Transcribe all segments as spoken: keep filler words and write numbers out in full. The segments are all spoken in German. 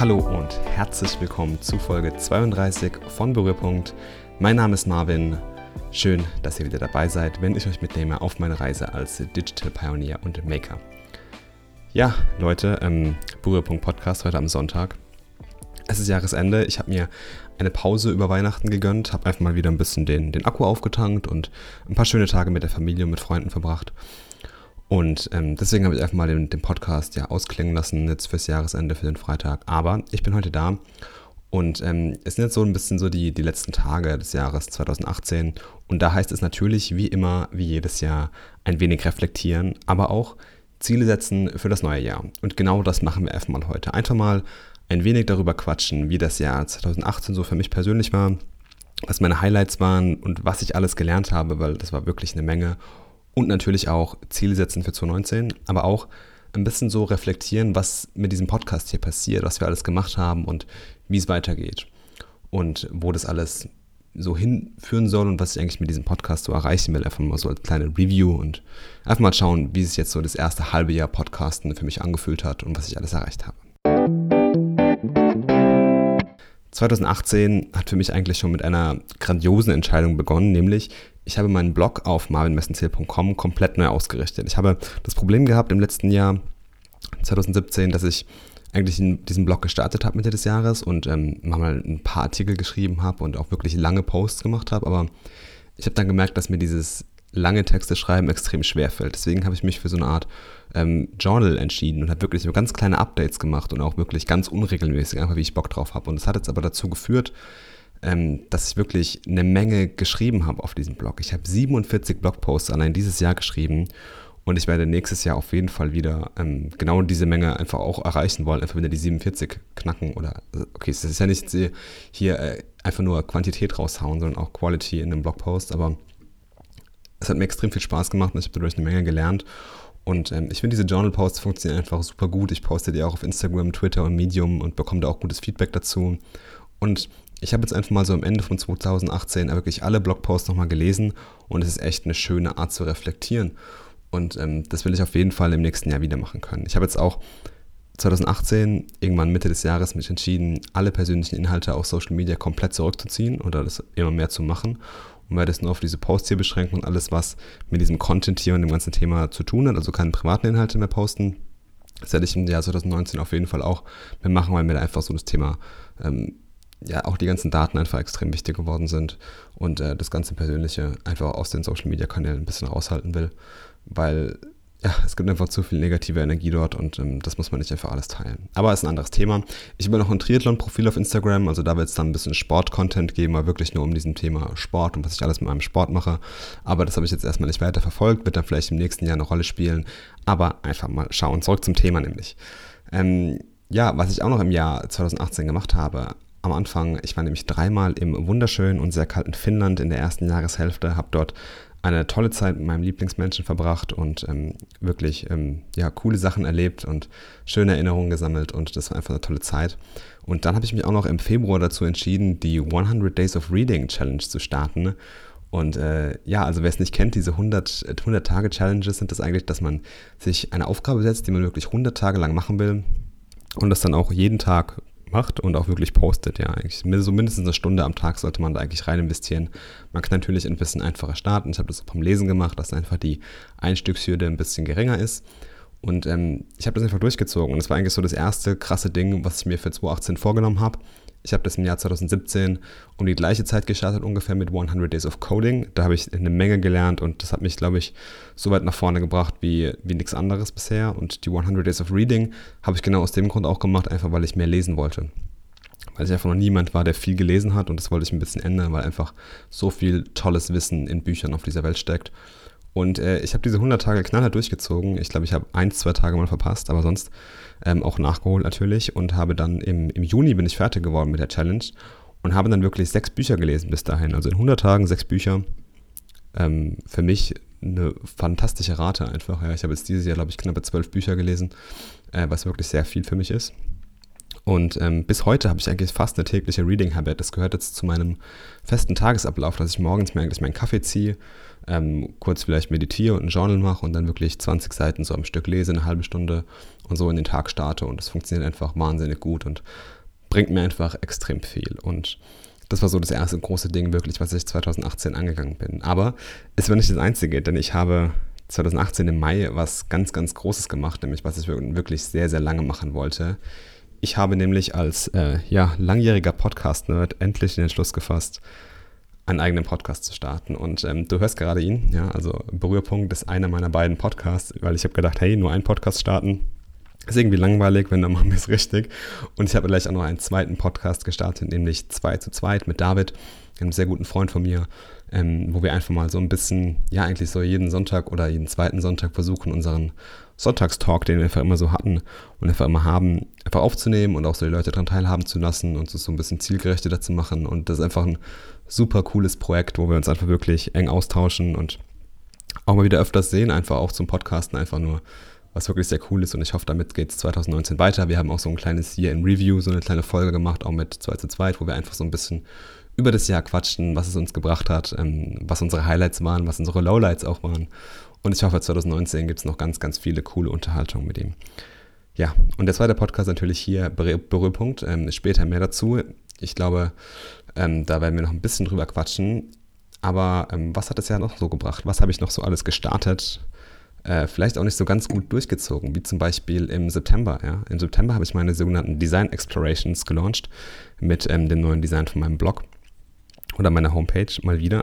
Hallo und herzlich willkommen zu Folge zweiunddreißig von Berührpunkt. Mein Name ist Marvin. Schön, dass ihr wieder dabei seid, wenn ich euch mitnehme auf meine Reise als Digital Pioneer und Maker. Ja, Leute, ähm, Berührpunkt Podcast heute am Sonntag. Es ist Jahresende. Ich habe mir eine Pause über Weihnachten gegönnt, habe einfach mal wieder ein bisschen den, den Akku aufgetankt und ein paar schöne Tage mit der Familie und mit Freunden verbracht. Und ähm, deswegen habe ich einfach mal den, den Podcast ja ausklingen lassen, jetzt fürs Jahresende, für den Freitag. Aber ich bin heute da und ähm, es sind jetzt so ein bisschen so die, die letzten Tage des Jahres zwanzig achtzehn. Und da heißt es natürlich, wie immer, wie jedes Jahr, ein wenig reflektieren, aber auch Ziele setzen für das neue Jahr. Und genau das machen wir einfach mal heute. Einfach mal ein wenig darüber quatschen, wie das Jahr zwanzig achtzehn so für mich persönlich war, was meine Highlights waren und was ich alles gelernt habe, weil das war wirklich eine Menge. Und natürlich auch Ziele setzen für zwanzig neunzehn, aber auch ein bisschen so reflektieren, was mit diesem Podcast hier passiert, was wir alles gemacht haben und wie es weitergeht. Und wo das alles so hinführen soll und was ich eigentlich mit diesem Podcast so erreichen will. Einfach mal so als kleine Review und einfach mal schauen, wie sich jetzt so das erste halbe Jahr Podcasten für mich angefühlt hat und was ich alles erreicht habe. zwanzig achtzehn hat für mich eigentlich schon mit einer grandiosen Entscheidung begonnen, nämlich ich habe meinen Blog auf marvin messenzähl punkt com komplett neu ausgerichtet. Ich habe das Problem gehabt im letzten Jahr, zwanzig siebzehn, dass ich eigentlich in diesen Blog gestartet habe Mitte des Jahres und ähm, mal ein paar Artikel geschrieben habe und auch wirklich lange Posts gemacht habe, aber ich habe dann gemerkt, dass mir dieses lange Texte schreiben extrem schwer fällt. Deswegen habe ich mich für so eine Art ähm, Journal entschieden und habe wirklich so ganz kleine Updates gemacht und auch wirklich ganz unregelmäßig, einfach wie ich Bock drauf habe. Und das hat jetzt aber dazu geführt, ähm, dass ich wirklich eine Menge geschrieben habe auf diesem Blog. Ich habe siebenundvierzig Blogposts allein dieses Jahr geschrieben und ich werde nächstes Jahr auf jeden Fall wieder ähm, genau diese Menge einfach auch erreichen wollen, einfach wieder die siebenundvierzig knacken oder, okay, es ist ja nicht hier äh, einfach nur Quantität raushauen, sondern auch Quality in einem Blogpost, aber es hat mir extrem viel Spaß gemacht und ich habe dadurch eine Menge gelernt. Und ähm, ich finde, diese Journal-Posts funktionieren einfach super gut. Ich poste die auch auf Instagram, Twitter und Medium und bekomme da auch gutes Feedback dazu. Und ich habe jetzt einfach mal so am Ende von zwanzig achtzehn wirklich alle Blogposts nochmal gelesen und es ist echt eine schöne Art zu reflektieren. Und ähm, das will ich auf jeden Fall im nächsten Jahr wieder machen können. Ich habe jetzt auch zwanzig achtzehn, irgendwann Mitte des Jahres, mich entschieden, alle persönlichen Inhalte auf Social Media komplett zurückzuziehen oder das immer mehr zu machen. Und werde es nur auf diese Posts hier beschränken und alles, was mit diesem Content hier und dem ganzen Thema zu tun hat, also keine privaten Inhalte mehr posten. Das werde ich im Jahr zwanzig neunzehn auf jeden Fall auch mehr machen, weil mir da einfach so das Thema, ähm, ja, auch die ganzen Daten einfach extrem wichtig geworden sind und äh, das ganze Persönliche einfach aus den Social-Media-Kanälen ein bisschen raushalten will, weil ja, es gibt einfach zu viel negative Energie dort und ähm, das muss man nicht einfach alles teilen. Aber es ist ein anderes Thema. Ich habe noch ein Triathlon-Profil auf Instagram, also da wird es dann ein bisschen Sport-Content geben, aber wirklich nur um diesen Thema Sport und was ich alles mit meinem Sport mache. Aber das habe ich jetzt erstmal nicht weiter verfolgt, wird dann vielleicht im nächsten Jahr eine Rolle spielen, aber einfach mal schauen. Zurück zum Thema nämlich. Ähm, ja, was ich auch noch im Jahr zwanzig achtzehn gemacht habe, am Anfang, ich war nämlich dreimal im wunderschönen und sehr kalten Finnland in der ersten Jahreshälfte, habe dort eine tolle Zeit mit meinem Lieblingsmenschen verbracht und ähm, wirklich ähm, ja, coole Sachen erlebt und schöne Erinnerungen gesammelt und das war einfach eine tolle Zeit. Und dann habe ich mich auch noch im Februar dazu entschieden, die hundert Days of Reading Challenge zu starten. Und äh, ja, also wer es nicht kennt, diese hundert Tage Challenges sind das eigentlich, dass man sich eine Aufgabe setzt, die man wirklich hundert Tage lang machen will und das dann auch jeden Tag macht und auch wirklich postet, ja, eigentlich so mindestens eine Stunde am Tag sollte man da eigentlich rein investieren. Man kann natürlich ein bisschen einfacher starten, ich habe das auch beim Lesen gemacht, dass einfach die Einstiegshürde ein bisschen geringer ist und ähm, ich habe das einfach durchgezogen und das war eigentlich so das erste krasse Ding, was ich mir für zwanzig achtzehn vorgenommen habe. Ich habe das im Jahr zwanzig siebzehn um die gleiche Zeit gestartet, ungefähr mit hundert Days of Coding. Da habe ich eine Menge gelernt und das hat mich, glaube ich, so weit nach vorne gebracht wie, wie nichts anderes bisher. Und die hundert Days of Reading habe ich genau aus dem Grund auch gemacht, einfach weil ich mehr lesen wollte. Weil ich einfach noch niemand war, der viel gelesen hat und das wollte ich ein bisschen ändern, weil einfach so viel tolles Wissen in Büchern auf dieser Welt steckt. Und äh, ich habe diese hundert Tage knallhart durchgezogen. Ich glaube, ich habe ein, zwei Tage mal verpasst, aber sonst ähm, auch nachgeholt natürlich. Und habe dann im, im Juni bin ich fertig geworden mit der Challenge und habe dann wirklich sechs Bücher gelesen bis dahin. Also in hundert Tagen sechs Bücher. Ähm, für mich eine fantastische Rate einfach. Ja. Ich habe jetzt dieses Jahr, glaube ich, knappe zwölf Bücher gelesen, äh, was wirklich sehr viel für mich ist. Und ähm, bis heute habe ich eigentlich fast eine tägliche Reading Habit. Das gehört jetzt zu meinem festen Tagesablauf, dass ich morgens mir eigentlich meinen Kaffee ziehe, ähm, kurz vielleicht meditiere und ein Journal mache und dann wirklich zwanzig Seiten so am Stück lese, eine halbe Stunde und so in den Tag starte. Und das funktioniert einfach wahnsinnig gut und bringt mir einfach extrem viel. Und das war so das erste große Ding wirklich, was ich zwanzig achtzehn angegangen bin. Aber es war nicht das Einzige, denn ich habe zwanzig achtzehn im Mai was ganz, ganz Großes gemacht, nämlich was ich wirklich sehr, sehr lange machen wollte. Ich habe nämlich als äh, ja, langjähriger Podcast-Nerd endlich den Entschluss gefasst, einen eigenen Podcast zu starten. Und ähm, du hörst gerade ihn, ja, also Berührpunkt ist einer meiner beiden Podcasts, weil ich habe gedacht, hey, nur einen Podcast starten ist irgendwie langweilig, wenn, dann machen wir es richtig. Und ich habe gleich auch noch einen zweiten Podcast gestartet, nämlich zwei zu zweit mit David, einem sehr guten Freund von mir, ähm, wo wir einfach mal so ein bisschen, ja eigentlich so jeden Sonntag oder jeden zweiten Sonntag versuchen, unseren Sonntagstalk, den wir einfach immer so hatten und einfach immer haben, einfach aufzunehmen und auch so die Leute daran teilhaben zu lassen und es so ein bisschen zielgerichteter zu machen. Und das ist einfach ein super cooles Projekt, wo wir uns einfach wirklich eng austauschen und auch mal wieder öfters sehen, einfach auch zum Podcasten, einfach nur, was wirklich sehr cool ist. Und ich hoffe, damit geht es zwanzig neunzehn weiter. Wir haben auch so ein kleines Year in Review, so eine kleine Folge gemacht, auch mit zwei zu zweit, wo wir einfach so ein bisschen über das Jahr quatschen, was es uns gebracht hat, ähm, was unsere Highlights waren, was unsere Lowlights auch waren. Und ich hoffe, zwanzig neunzehn gibt es noch ganz, ganz viele coole Unterhaltungen mit ihm. Ja, und der zweite Podcast natürlich hier, Berührpunkt, ähm, später mehr dazu. Ich glaube, ähm, da werden wir noch ein bisschen drüber quatschen. Aber ähm, was hat das Jahr noch so gebracht? Was habe ich noch so alles gestartet? Äh, vielleicht auch nicht so ganz gut durchgezogen, wie zum Beispiel im September. Ja? Im September habe ich meine sogenannten Design Explorations gelauncht mit ähm, dem neuen Design von meinem Blog oder meiner Homepage mal wieder.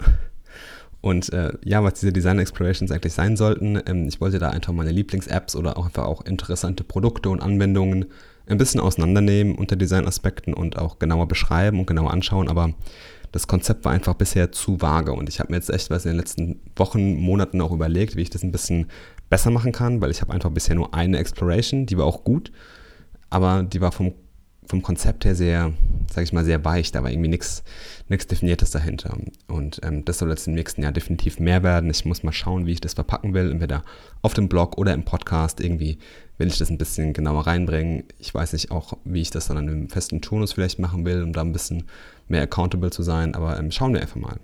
Und äh, ja, was diese Design Explorations eigentlich sein sollten, ähm, ich wollte da einfach meine Lieblings-Apps oder auch einfach auch interessante Produkte und Anwendungen ein bisschen auseinandernehmen unter Designaspekten und auch genauer beschreiben und genauer anschauen, aber das Konzept war einfach bisher zu vage und ich habe mir jetzt echt was in den letzten Wochen, Monaten auch überlegt, wie ich das ein bisschen besser machen kann, weil ich habe einfach bisher nur eine Exploration, die war auch gut, aber die war vom, vom Konzept her sehr, sage ich mal, sehr weich, da war irgendwie nichts nichts Definiertes dahinter und ähm, das soll jetzt im nächsten Jahr definitiv mehr werden. Ich muss mal schauen, wie ich das verpacken will, entweder auf dem Blog oder im Podcast, irgendwie will ich das ein bisschen genauer reinbringen. Ich weiß nicht auch, wie ich das dann in einem festen Turnus vielleicht machen will, um da ein bisschen mehr accountable zu sein, aber ähm, schauen wir einfach mal.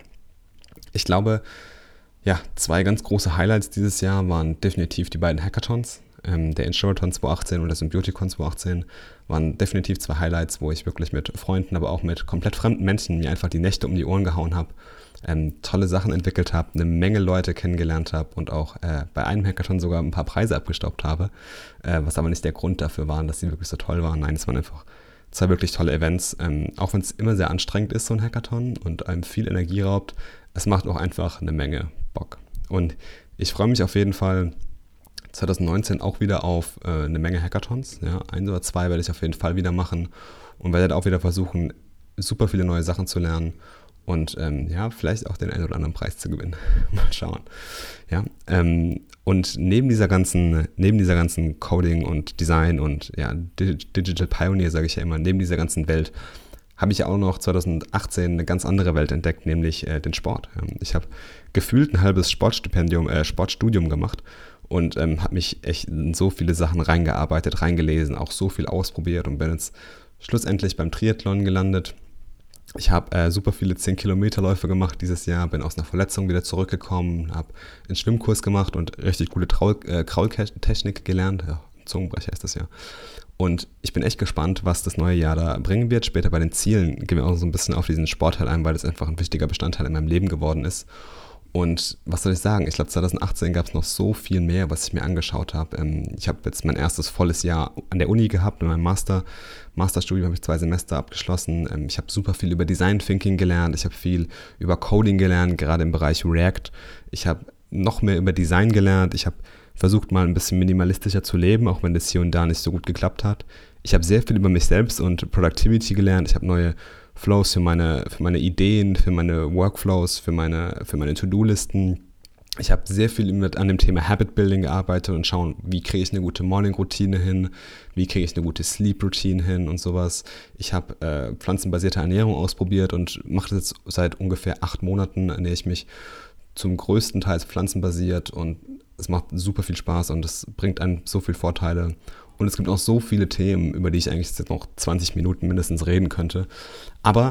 Ich glaube, ja, zwei ganz große Highlights dieses Jahr waren definitiv die beiden Hackathons. Ähm, der Insurathon zwanzig achtzehn und der Symbioticon zwanzig achtzehn waren definitiv zwei Highlights, wo ich wirklich mit Freunden, aber auch mit komplett fremden Menschen mir einfach die Nächte um die Ohren gehauen habe, ähm, tolle Sachen entwickelt habe, eine Menge Leute kennengelernt habe und auch äh, bei einem Hackathon sogar ein paar Preise abgestaubt habe, äh, was aber nicht der Grund dafür war, dass sie wirklich so toll waren. Nein, es waren einfach zwei wirklich tolle Events, ähm, auch wenn es immer sehr anstrengend ist, so ein Hackathon und einem viel Energie raubt, es macht auch einfach eine Menge Bock. Und ich freue mich auf jeden Fall zwanzig neunzehn auch wieder auf äh, eine Menge Hackathons. Ja, ein oder zwei werde ich auf jeden Fall wieder machen und werde auch wieder versuchen, super viele neue Sachen zu lernen und ähm, ja, vielleicht auch den einen oder anderen Preis zu gewinnen. Mal schauen. Ja, ähm, und neben dieser ganzen, neben dieser ganzen Coding und Design und ja, Digital Pioneer, sage ich ja immer, neben dieser ganzen Welt habe ich ja auch noch zwanzig achtzehn eine ganz andere Welt entdeckt, nämlich äh, den Sport. Ich habe gefühlt ein halbes Sportstipendium, äh, Sportstudium gemacht und ähm, habe mich echt in so viele Sachen reingearbeitet, reingelesen, auch so viel ausprobiert und bin jetzt schlussendlich beim Triathlon gelandet. Ich habe äh, super viele zehn Kilometer Läufe gemacht dieses Jahr, bin aus einer Verletzung wieder zurückgekommen, habe einen Schwimmkurs gemacht und richtig gute Traul- äh, Kraultechnik gelernt. Ja, Zungenbrecher ist das ja. Und ich bin echt gespannt, was das neue Jahr da bringen wird. Später bei den Zielen gehen wir auch so ein bisschen auf diesen Sportteil ein, weil das einfach ein wichtiger Bestandteil in meinem Leben geworden ist. Und was soll ich sagen? Ich glaube, zwanzig achtzehn gab es noch so viel mehr, was ich mir angeschaut habe. Ich habe jetzt mein erstes volles Jahr an der Uni gehabt. In meinem Master, Masterstudium habe ich zwei Semester abgeschlossen. Ich habe super viel über Design Thinking gelernt. Ich habe viel über Coding gelernt, gerade im Bereich React. Ich habe noch mehr über Design gelernt. Ich habe versucht, mal ein bisschen minimalistischer zu leben, auch wenn das hier und da nicht so gut geklappt hat. Ich habe sehr viel über mich selbst und Productivity gelernt. Ich habe neue Flows für meine, für meine Ideen, für meine Workflows, für meine, für meine To-Do-Listen. Ich habe sehr viel mit, an dem Thema Habit Building gearbeitet und schauen, wie kriege ich eine gute Morning-Routine hin, wie kriege ich eine gute Sleep-Routine hin und sowas. Ich habe äh, pflanzenbasierte Ernährung ausprobiert und mache das jetzt seit ungefähr acht Monaten, ernähre ich mich zum größten Teil pflanzenbasiert und es macht super viel Spaß und es bringt einem so viele Vorteile. Und es gibt auch so viele Themen, über die ich eigentlich jetzt noch zwanzig Minuten mindestens reden könnte. Aber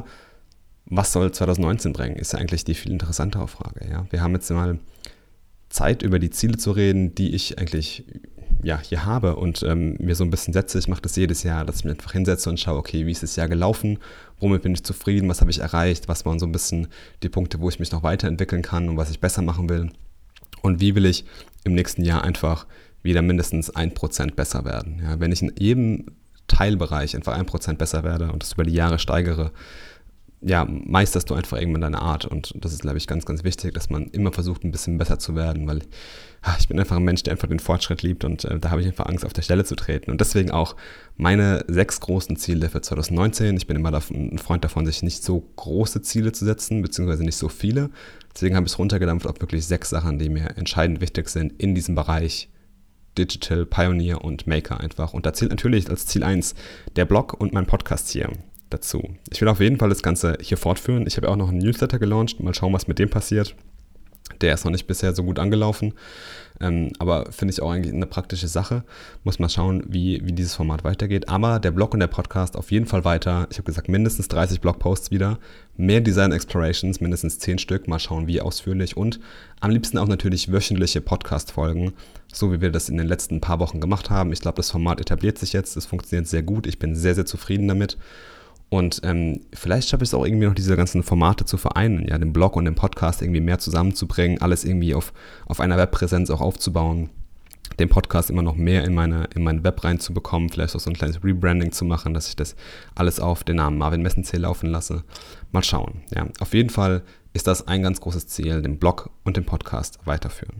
was soll zwanzig neunzehn bringen, ist ja eigentlich die viel interessantere Frage. Ja? Wir haben jetzt mal Zeit, über die Ziele zu reden, die ich eigentlich ja, hier habe und ähm, mir so ein bisschen setze. Ich mache das jedes Jahr, dass ich mich einfach hinsetze und schaue, okay, wie ist das Jahr gelaufen, womit bin ich zufrieden, was habe ich erreicht, was waren so ein bisschen die Punkte, wo ich mich noch weiterentwickeln kann und was ich besser machen will und wie will ich im nächsten Jahr einfach wieder mindestens ein Prozent besser werden. Ja, wenn ich in jedem Teilbereich einfach ein Prozent besser werde und das über die Jahre steigere, ja, meisterst du einfach irgendwann deine Art und das ist, glaube ich, ganz, ganz wichtig, dass man immer versucht, ein bisschen besser zu werden, weil ach, ich bin einfach ein Mensch, der einfach den Fortschritt liebt und äh, da habe ich einfach Angst, auf der Stelle zu treten und deswegen auch meine sechs großen Ziele für zwanzig neunzehn. Ich bin immer davon, ein Freund davon, sich nicht so große Ziele zu setzen, beziehungsweise nicht so viele, deswegen habe ich es runtergedampft auf wirklich sechs Sachen, die mir entscheidend wichtig sind in diesem Bereich Digital, Pioneer und Maker einfach und da zählt natürlich als Ziel eins der Blog und mein Podcast hier dazu. Ich will auf jeden Fall das Ganze hier fortführen. Ich habe auch noch einen Newsletter gelauncht. Mal schauen, was mit dem passiert. Der ist noch nicht bisher so gut angelaufen. Ähm, aber finde ich auch eigentlich eine praktische Sache. Muss mal schauen, wie, wie dieses Format weitergeht. Aber der Blog und der Podcast auf jeden Fall weiter. Ich habe gesagt, mindestens dreißig Blogposts wieder. Mehr Design Explorations, mindestens zehn Stück. Mal schauen, wie ausführlich. Und am liebsten auch natürlich wöchentliche Podcast-Folgen. So wie wir das in den letzten paar Wochen gemacht haben. Ich glaube, das Format etabliert sich jetzt. Es funktioniert sehr gut. Ich bin sehr, sehr zufrieden damit. Und ähm, vielleicht schaffe ich es auch irgendwie noch, diese ganzen Formate zu vereinen, ja, den Blog und den Podcast irgendwie mehr zusammenzubringen, alles irgendwie auf, auf einer Webpräsenz auch aufzubauen, den Podcast immer noch mehr in meine, in mein Web reinzubekommen, vielleicht auch so ein kleines Rebranding zu machen, dass ich das alles auf den Namen Marvin Messenzähl laufen lasse. Mal schauen. Ja. Auf jeden Fall ist das ein ganz großes Ziel, den Blog und den Podcast weiterführen.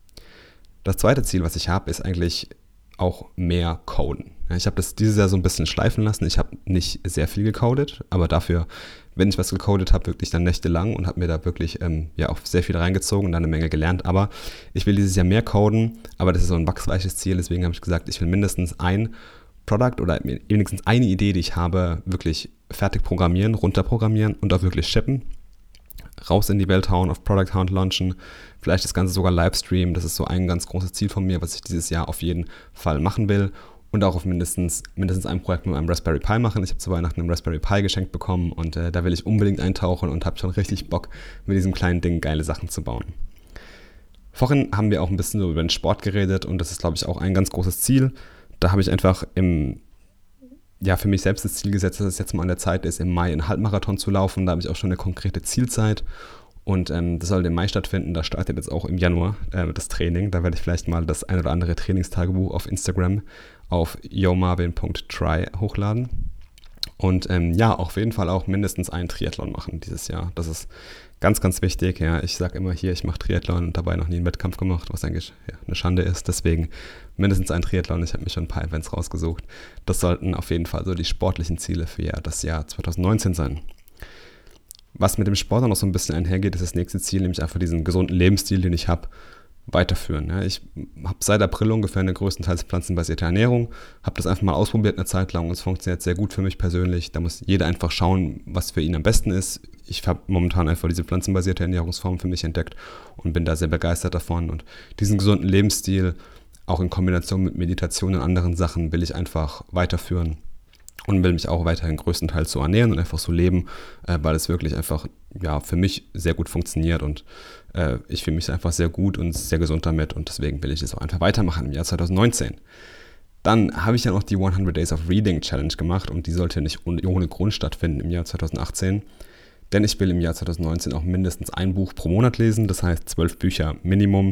Das zweite Ziel, was ich habe, ist eigentlich auch mehr coden. Ich habe das dieses Jahr so ein bisschen schleifen lassen. Ich habe nicht sehr viel gecodet, aber dafür, wenn ich was gecodet habe, wirklich dann nächtelang und habe mir da wirklich ähm, ja auch sehr viel reingezogen und dann eine Menge gelernt. Aber ich will dieses Jahr mehr coden, aber das ist so ein wachsweiches Ziel. Deswegen habe ich gesagt, ich will mindestens ein Product oder wenigstens eine Idee, die ich habe, wirklich fertig programmieren, runterprogrammieren und auch wirklich shippen. Raus in die Welt hauen, auf Product Hunt launchen, vielleicht das Ganze sogar Livestream. Das ist so ein ganz großes Ziel von mir, was ich dieses Jahr auf jeden Fall machen will. Und auch auf mindestens, mindestens ein Projekt mit einem Raspberry Pi machen. Ich habe zu Weihnachten einen Raspberry Pi geschenkt bekommen und äh, da will ich unbedingt eintauchen und habe schon richtig Bock, mit diesem kleinen Ding geile Sachen zu bauen. Vorhin haben wir auch ein bisschen so über den Sport geredet und das ist, glaube ich, auch ein ganz großes Ziel. Da habe ich einfach im, ja, für mich selbst das Ziel gesetzt, dass es jetzt mal an der Zeit ist, im Mai einen Halbmarathon zu laufen. Da habe ich auch schon eine konkrete Zielzeit. Und ähm, das soll im Mai stattfinden, da startet jetzt auch im Januar äh, das Training. Da werde ich vielleicht mal das ein oder andere Trainingstagebuch auf Instagram auf yomarvin punkt try hochladen. Und ähm, ja, auf jeden Fall auch mindestens einen Triathlon machen dieses Jahr. Das ist ganz, ganz wichtig. Ja. Ich sage immer hier, ich mache Triathlon und dabei noch nie einen Wettkampf gemacht, was eigentlich ja, eine Schande ist. Deswegen mindestens ein Triathlon. Ich habe mir schon ein paar Events rausgesucht. Das sollten auf jeden Fall so die sportlichen Ziele für ja, das Jahr zwanzig neunzehn sein. Was mit dem Sport auch noch so ein bisschen einhergeht, ist das nächste Ziel, nämlich einfach diesen gesunden Lebensstil, den ich habe, weiterführen. Ja, ich habe seit April ungefähr eine größtenteils pflanzenbasierte Ernährung, habe das einfach mal ausprobiert eine Zeit lang und es funktioniert sehr gut für mich persönlich. Da muss jeder einfach schauen, was für ihn am besten ist. Ich habe momentan einfach diese pflanzenbasierte Ernährungsform für mich entdeckt und bin da sehr begeistert davon. Und diesen gesunden Lebensstil, auch in Kombination mit Meditation und anderen Sachen, will ich einfach weiterführen. Und will mich auch weiterhin größtenteils so ernähren und einfach so leben, äh, weil es wirklich einfach ja, für mich sehr gut funktioniert und äh, ich fühle mich einfach sehr gut und sehr gesund damit und deswegen will ich es auch einfach weitermachen im Jahr zwanzig neunzehn. Dann habe ich ja noch die hundert Days of Reading Challenge gemacht und die sollte nicht ohne, ohne Grund stattfinden im Jahr zwanzig achtzehn, denn ich will im Jahr zwanzig neunzehn auch mindestens ein Buch pro Monat lesen, das heißt zwölf Bücher Minimum.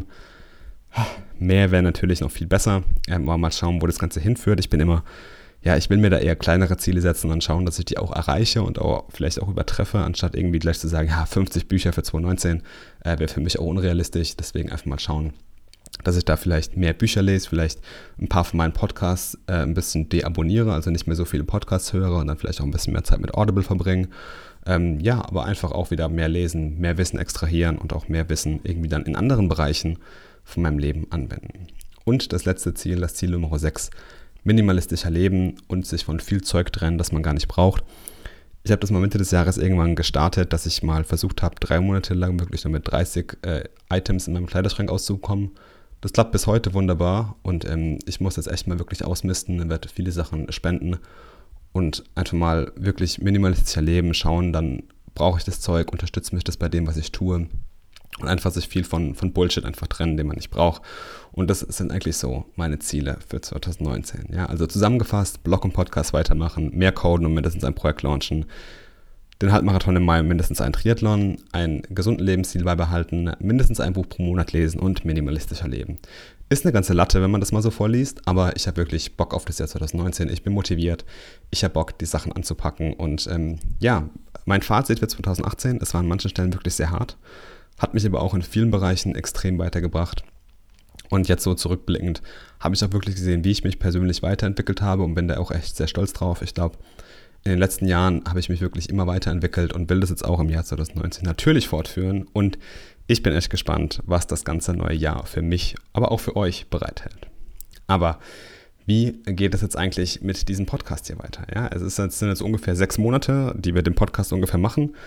Mehr wäre natürlich noch viel besser, ähm, aber mal schauen, wo das Ganze hinführt. Ich bin immer Ja, ich will mir da eher kleinere Ziele setzen und dann schauen, dass ich die auch erreiche und auch vielleicht auch übertreffe, anstatt irgendwie gleich zu sagen, ja, fünfzig Bücher für zwanzig neunzehn äh, wäre für mich auch unrealistisch. Deswegen einfach mal schauen, dass ich da vielleicht mehr Bücher lese, vielleicht ein paar von meinen Podcasts äh, ein bisschen deabonniere, also nicht mehr so viele Podcasts höre und dann vielleicht auch ein bisschen mehr Zeit mit Audible verbringen. Ähm, ja, aber einfach auch wieder mehr lesen, mehr Wissen extrahieren und auch mehr Wissen irgendwie dann in anderen Bereichen von meinem Leben anwenden. Und das letzte Ziel, das Ziel Nummer sechs, minimalistischer leben und sich von viel Zeug trennen, das man gar nicht braucht. Ich habe das mal Mitte des Jahres irgendwann gestartet, dass ich mal versucht habe, drei Monate lang wirklich nur mit dreißig äh, Items in meinem Kleiderschrank auszukommen. Das klappt bis heute wunderbar und ähm, ich muss jetzt echt mal wirklich ausmisten, werde viele Sachen spenden und einfach mal wirklich minimalistischer leben, schauen, dann brauche ich das Zeug, unterstützt mich das bei dem, was ich tue und einfach sich viel von, von Bullshit einfach trennen, den man nicht braucht. Und das sind eigentlich so meine Ziele für zwanzig neunzehn. Ja, also zusammengefasst, Blog und Podcast weitermachen, mehr coden und mindestens ein Projekt launchen, den Halbmarathon im Mai, mindestens einen Triathlon, einen gesunden Lebensstil beibehalten, mindestens ein Buch pro Monat lesen und minimalistischer leben. Ist eine ganze Latte, wenn man das mal so vorliest, aber ich habe wirklich Bock auf das Jahr zwanzig neunzehn. Ich bin motiviert, ich habe Bock, die Sachen anzupacken und ähm, ja, mein Fazit für zwanzig achtzehn, es war an manchen Stellen wirklich sehr hart, hat mich aber auch in vielen Bereichen extrem weitergebracht. Und jetzt so zurückblickend habe ich auch wirklich gesehen, wie ich mich persönlich weiterentwickelt habe und bin da auch echt sehr stolz drauf. Ich glaube, in den letzten Jahren habe ich mich wirklich immer weiterentwickelt und will das jetzt auch im Jahr zwanzig neunzehn natürlich fortführen. Und ich bin echt gespannt, was das ganze neue Jahr für mich, aber auch für euch bereithält. Aber wie geht es jetzt eigentlich mit diesem Podcast hier weiter? Ja, es ist jetzt, sind jetzt ungefähr sechs Monate, die wir den Podcast ungefähr machen.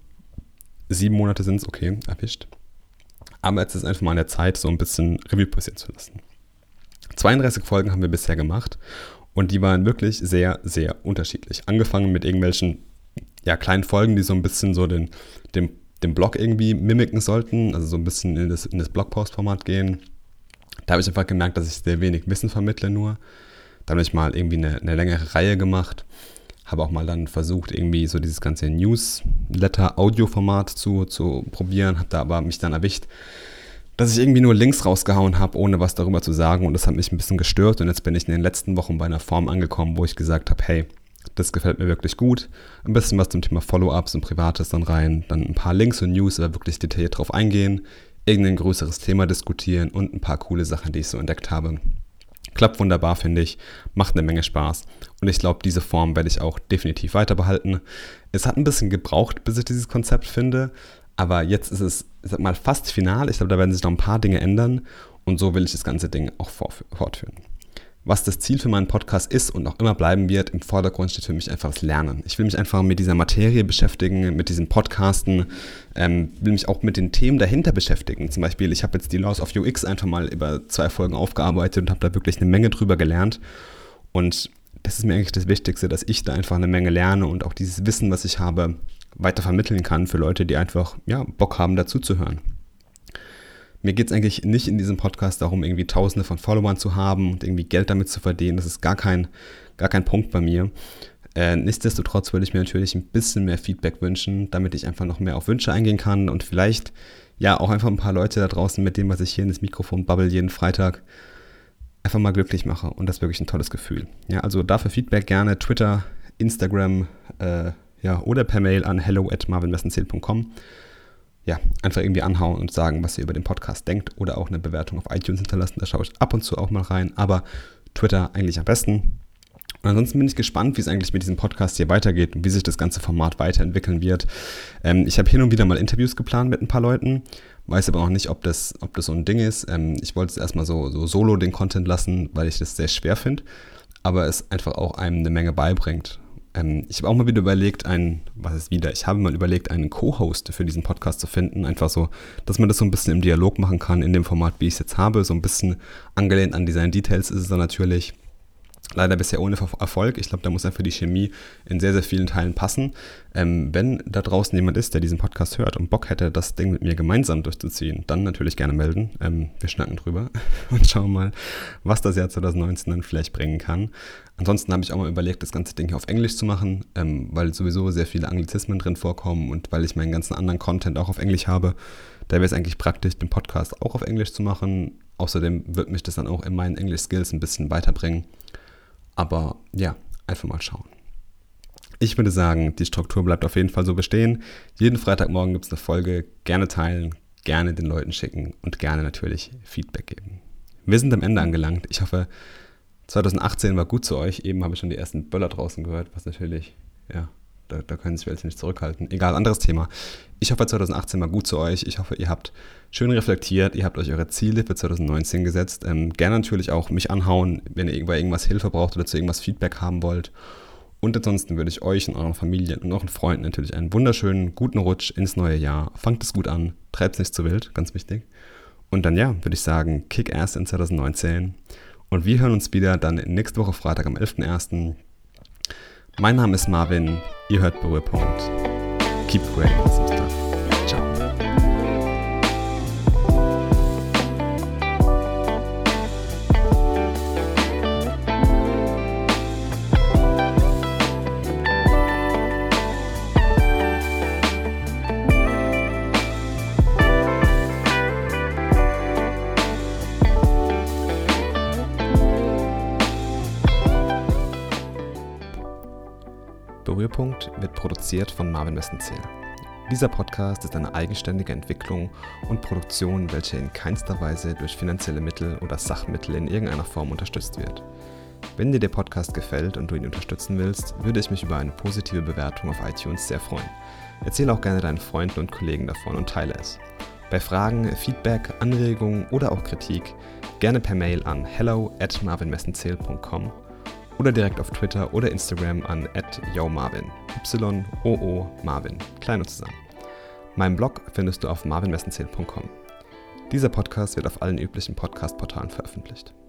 Sieben Monate sind es, okay, erwischt. Aber jetzt ist einfach mal an der Zeit, so ein bisschen Revue passieren zu lassen. zweiunddreißig Folgen haben wir bisher gemacht und die waren wirklich sehr, sehr unterschiedlich. Angefangen mit irgendwelchen ja, kleinen Folgen, die so ein bisschen so den, den, den Blog irgendwie mimiken sollten, also so ein bisschen in das, in das Blogpost-Format gehen. Da habe ich einfach gemerkt, dass ich sehr wenig Wissen vermittle nur. Da habe ich mal irgendwie eine, eine längere Reihe gemacht. Habe auch mal dann versucht, irgendwie so dieses ganze Newsletter-Audio-Format zu, zu probieren. Habe da aber mich dann erwischt, dass ich irgendwie nur Links rausgehauen habe, ohne was darüber zu sagen. Und das hat mich ein bisschen gestört. Und jetzt bin ich in den letzten Wochen bei einer Form angekommen, wo ich gesagt habe, hey, das gefällt mir wirklich gut. Ein bisschen was zum Thema Follow-ups und Privates dann rein. Dann ein paar Links und News, aber wirklich detailliert drauf eingehen. Irgendein größeres Thema diskutieren und ein paar coole Sachen, die ich so entdeckt habe. Klappt wunderbar, finde ich. Macht eine Menge Spaß. Und ich glaube, diese Form werde ich auch definitiv weiter behalten. Es hat ein bisschen gebraucht, bis ich dieses Konzept finde. Aber jetzt ist es, ich sag mal, fast final. Ich glaube, da werden sich noch ein paar Dinge ändern. Und so will ich das ganze Ding auch fortführen. Was das Ziel für meinen Podcast ist und auch immer bleiben wird, im Vordergrund steht für mich einfach das Lernen. Ich will mich einfach mit dieser Materie beschäftigen, mit diesem Podcasten, ähm, will mich auch mit den Themen dahinter beschäftigen. Zum Beispiel, ich habe jetzt die Laws of U X einfach mal über zwei Folgen aufgearbeitet und habe da wirklich eine Menge drüber gelernt. Und das ist mir eigentlich das Wichtigste, dass ich da einfach eine Menge lerne und auch dieses Wissen, was ich habe, weiter vermitteln kann für Leute, die einfach ja, Bock haben, dazu zu hören. Mir geht es eigentlich nicht in diesem Podcast darum, irgendwie Tausende von Followern zu haben und irgendwie Geld damit zu verdienen. Das ist gar kein, gar kein Punkt bei mir. Äh, nichtsdestotrotz würde ich mir natürlich ein bisschen mehr Feedback wünschen, damit ich einfach noch mehr auf Wünsche eingehen kann und vielleicht ja auch einfach ein paar Leute da draußen mit dem, was ich hier in das Mikrofon babbel jeden Freitag, einfach mal glücklich mache. Und das ist wirklich ein tolles Gefühl. Ja, also dafür Feedback gerne Twitter, Instagram äh, ja, oder per Mail an hello at marvin messenzähl punkt com. Ja, einfach irgendwie anhauen und sagen, was ihr über den Podcast denkt oder auch eine Bewertung auf iTunes hinterlassen. Da schaue ich ab und zu auch mal rein, aber Twitter eigentlich am besten. Und ansonsten bin ich gespannt, wie es eigentlich mit diesem Podcast hier weitergeht und wie sich das ganze Format weiterentwickeln wird. Ähm, ich habe hin und wieder mal Interviews geplant mit ein paar Leuten, weiß aber noch nicht, ob das, ob das so ein Ding ist. Ähm, ich wollte es erstmal so, so solo den Content lassen, weil ich das sehr schwer finde, aber es einfach auch einem eine Menge beibringt. Ich habe auch mal wieder überlegt, einen, was ist wieder, ich habe mal überlegt, einen Co-Host für diesen Podcast zu finden. Einfach so, dass man das so ein bisschen im Dialog machen kann, in dem Format, wie ich es jetzt habe. So ein bisschen angelehnt an Design Details ist es dann natürlich. Leider bisher ohne Erfolg. Ich glaube, da muss einfach die Chemie in sehr, sehr vielen Teilen passen. Ähm, wenn da draußen jemand ist, der diesen Podcast hört und Bock hätte, das Ding mit mir gemeinsam durchzuziehen, dann natürlich gerne melden. Ähm, wir schnacken drüber und schauen mal, was das Jahr zwanzig neunzehn dann vielleicht bringen kann. Ansonsten habe ich auch mal überlegt, das ganze Ding hier auf Englisch zu machen, ähm, weil sowieso sehr viele Anglizismen drin vorkommen und weil ich meinen ganzen anderen Content auch auf Englisch habe. Da wäre es eigentlich praktisch, den Podcast auch auf Englisch zu machen. Außerdem wird mich das dann auch in meinen Englisch-Skills ein bisschen weiterbringen. Aber ja, einfach mal schauen. Ich würde sagen, die Struktur bleibt auf jeden Fall so bestehen. Jeden Freitagmorgen gibt es eine Folge. Gerne teilen, gerne den Leuten schicken und gerne natürlich Feedback geben. Wir sind am Ende angelangt. Ich hoffe, zwanzig achtzehn war gut zu euch. Eben habe ich schon die ersten Böller draußen gehört, was natürlich, ja, da, da können sich welche nicht zurückhalten. Egal, anderes Thema. Ich hoffe, zwanzig achtzehn war gut zu euch. Ich hoffe, ihr habt schön reflektiert. Ihr habt euch eure Ziele für zwanzig neunzehn gesetzt. Ähm, gerne natürlich auch mich anhauen, wenn ihr bei irgendwas Hilfe braucht oder zu irgendwas Feedback haben wollt. Und ansonsten würde ich euch und euren Familien und euren Freunden natürlich einen wunderschönen, guten Rutsch ins neue Jahr. Fangt es gut an, treibt es nicht zu wild, ganz wichtig. Und dann ja, würde ich sagen, kick ass in zwanzig neunzehn. Und wir hören uns wieder dann nächste Woche Freitag am elften ersten Mein Name ist Marvin, ihr hört Berührpunkt. Keep creating awesome stuff. Ciao. Mittelpunkt wird produziert von Marvin Messenzähl. Dieser Podcast ist eine eigenständige Entwicklung und Produktion, welche in keinster Weise durch finanzielle Mittel oder Sachmittel in irgendeiner Form unterstützt wird. Wenn dir der Podcast gefällt und du ihn unterstützen willst, würde ich mich über eine positive Bewertung auf iTunes sehr freuen. Erzähle auch gerne deinen Freunden und Kollegen davon und teile es. Bei Fragen, Feedback, Anregungen oder auch Kritik gerne per Mail an hello at marvin messenzähl punkt com oder direkt auf Twitter oder Instagram an at yomarvin, Y O O Marvin, klein und zusammen. Meinen Blog findest du auf marvin messenzähl punkt com. Dieser Podcast wird auf allen üblichen Podcast-Portalen veröffentlicht.